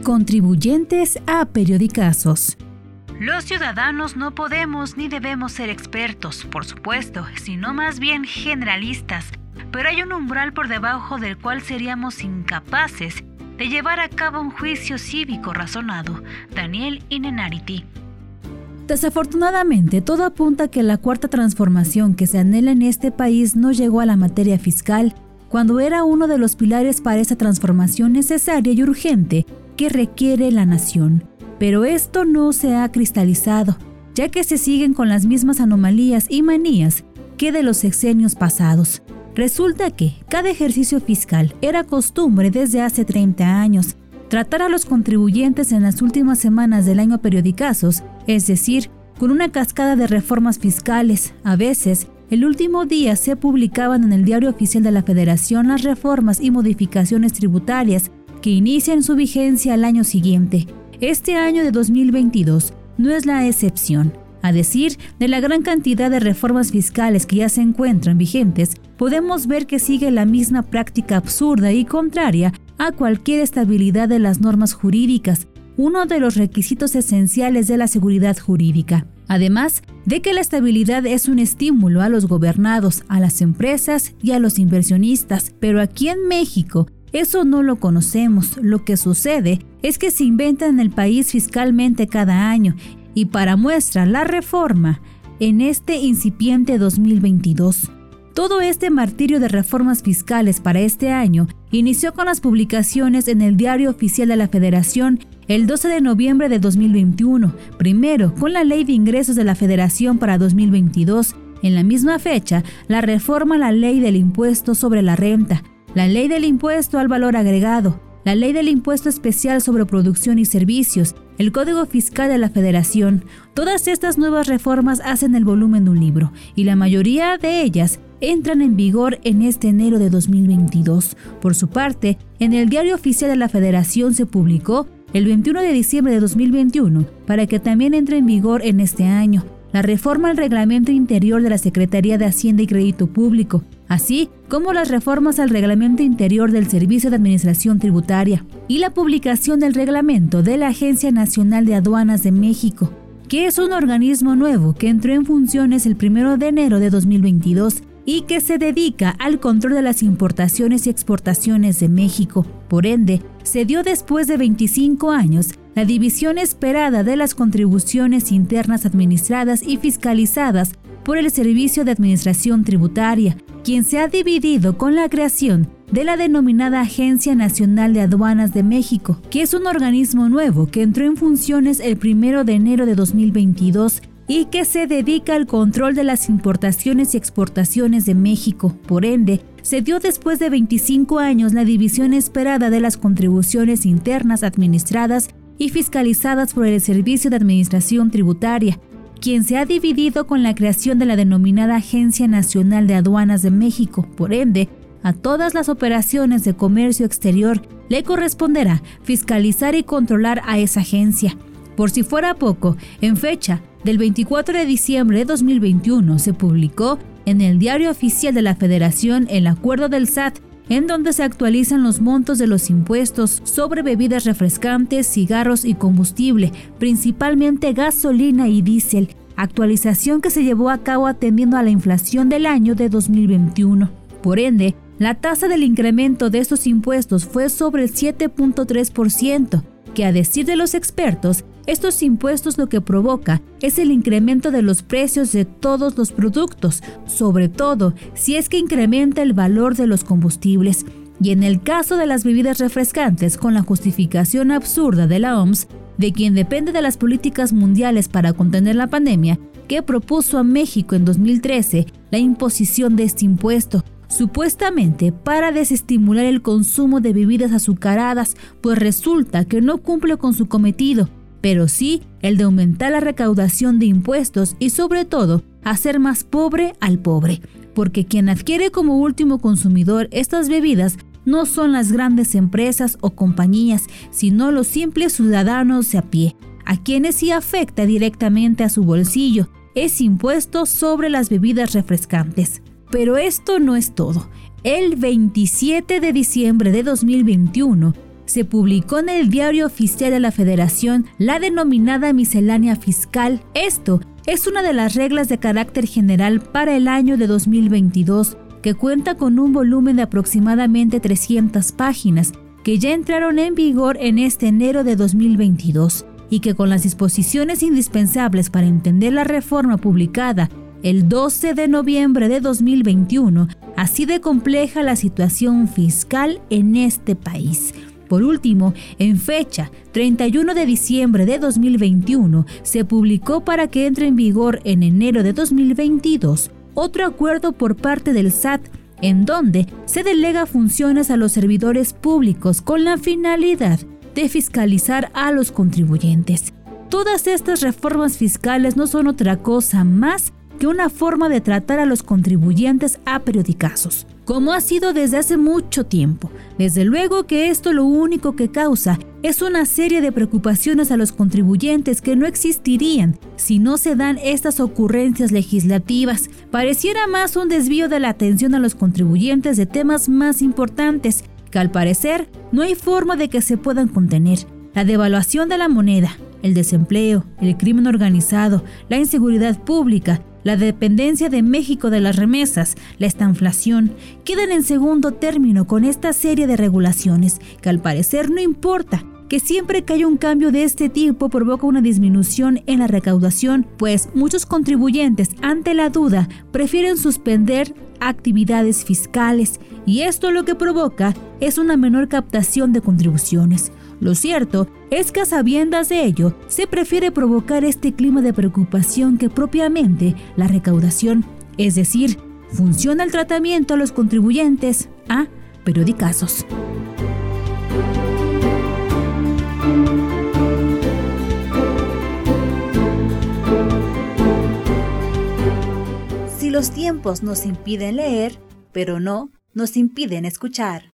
Contribuyentes a periodicazos. Los ciudadanos no podemos ni debemos ser expertos, por supuesto, sino más bien generalistas, pero hay un umbral por debajo del cual seríamos incapaces de llevar a cabo un juicio cívico razonado. Daniel Innerarity. Desafortunadamente, todo apunta a que la cuarta transformación que se anhela en este país no llegó a la materia fiscal, cuando era uno de los pilares para esa transformación necesaria y urgente que requiere la nación. Pero esto no se ha cristalizado, ya que se siguen con las mismas anomalías y manías que de los sexenios pasados. Resulta que cada ejercicio fiscal era costumbre desde hace 30 años. Tratar a los contribuyentes en las últimas semanas del año a periodicazos, es decir, con una cascada de reformas fiscales. A veces, el último día se publicaban en el Diario Oficial de la Federación las reformas y modificaciones tributarias que inician su vigencia al año siguiente. Este año de 2022 no es la excepción. A decir de la gran cantidad de reformas fiscales que ya se encuentran vigentes, podemos ver que sigue la misma práctica absurda y contraria a cualquier estabilidad de las normas jurídicas, uno de los requisitos esenciales de la seguridad jurídica. Además de que la estabilidad es un estímulo a los gobernados, a las empresas y a los inversionistas, pero aquí en México eso no lo conocemos. Lo que sucede es que se inventa en el país fiscalmente cada año, y para muestra la reforma en este incipiente 2022. Todo este martirio de reformas fiscales para este año inició con las publicaciones en el Diario Oficial de la Federación el 12 de noviembre de 2021, primero con la Ley de Ingresos de la Federación para 2022, en la misma fecha la reforma a la Ley del Impuesto sobre la Renta, la Ley del Impuesto al Valor Agregado, la Ley del Impuesto Especial sobre Producción y Servicios, el Código Fiscal de la Federación. Todas estas nuevas reformas hacen el volumen de un libro, y la mayoría de ellas entran en vigor en este enero de 2022. Por su parte, en el Diario Oficial de la Federación se publicó el 21 de diciembre de 2021 para que también entre en vigor en este año la reforma al Reglamento Interior de la Secretaría de Hacienda y Crédito Público, así como las reformas al Reglamento Interior del Servicio de Administración Tributaria y la publicación del reglamento de la Agencia Nacional de Aduanas de México, que es un organismo nuevo que entró en funciones el 1 de enero de 2022 y que se dedica al control de las importaciones y exportaciones de México. Por ende, se dio después de 25 años la división esperada de las contribuciones internas administradas y fiscalizadas por el Servicio de Administración Tributaria, quien se ha dividido con la creación de la denominada Agencia Nacional de Aduanas de México, que es un organismo nuevo que entró en funciones el 1 de enero de 2022 y que se dedica al control de las importaciones y exportaciones de México. Por ende, se dio después de 25 años la división esperada de las contribuciones internas administradas y fiscalizadas por el Servicio de Administración Tributaria, quien se ha dividido con la creación de la denominada Agencia Nacional de Aduanas de México. Por ende, a todas las operaciones de comercio exterior le corresponderá fiscalizar y controlar a esa agencia. Por si fuera poco, en fecha del 24 de diciembre de 2021 se publicó en el Diario Oficial de la Federación el acuerdo del SAT, en donde se actualizan los montos de los impuestos sobre bebidas refrescantes, cigarros y combustible, principalmente gasolina y diésel, actualización que se llevó a cabo atendiendo a la inflación del año de 2021. Por ende, la tasa del incremento de estos impuestos fue sobre el 7.3%, que a decir de los expertos, estos impuestos lo que provoca es el incremento de los precios de todos los productos, sobre todo si es que incrementa el valor de los combustibles. Y en el caso de las bebidas refrescantes, con la justificación absurda de la OMS, de quien depende de las políticas mundiales para contener la pandemia, que propuso a México en 2013 la imposición de este impuesto, supuestamente para desestimular el consumo de bebidas azucaradas, pues resulta que no cumple con su cometido, pero sí el de aumentar la recaudación de impuestos y sobre todo hacer más pobre al pobre, porque quien adquiere como último consumidor estas bebidas no son las grandes empresas o compañías, sino los simples ciudadanos de a pie, a quienes sí afecta directamente a su bolsillo ese impuesto sobre las bebidas refrescantes. Pero esto no es todo. El 27 de diciembre de 2021 se publicó en el Diario Oficial de la Federación la denominada miscelánea fiscal. Esto es una de las reglas de carácter general para el año de 2022, que cuenta con un volumen de aproximadamente 300 páginas, que ya entraron en vigor en este enero de 2022 y que con las disposiciones indispensables para entender la reforma publicada el 12 de noviembre de 2021, así de compleja la situación fiscal en este país. Por último, en fecha 31 de diciembre de 2021, se publicó para que entre en vigor en enero de 2022 otro acuerdo por parte del SAT, en donde se delega funciones a los servidores públicos con la finalidad de fiscalizar a los contribuyentes. Todas estas reformas fiscales no son otra cosa más que una forma de tratar a los contribuyentes a periodicazos, como ha sido desde hace mucho tiempo. Desde luego que esto lo único que causa es una serie de preocupaciones a los contribuyentes que no existirían si no se dan estas ocurrencias legislativas. Pareciera más un desvío de la atención a los contribuyentes de temas más importantes, que al parecer no hay forma de que se puedan contener. La devaluación de la moneda, el desempleo, el crimen organizado, la inseguridad pública, la dependencia de México de las remesas, la estanflación, quedan en segundo término con esta serie de regulaciones, que al parecer no importa, que siempre que haya un cambio de este tipo provoca una disminución en la recaudación, pues muchos contribuyentes, ante la duda, prefieren suspender actividades fiscales, y esto lo que provoca es una menor captación de contribuciones. Lo cierto es que a sabiendas de ello, se prefiere provocar este clima de preocupación que propiamente la recaudación, es decir, funciona el tratamiento a los contribuyentes a periodicazos. Si los tiempos nos impiden leer, pero no nos impiden escuchar.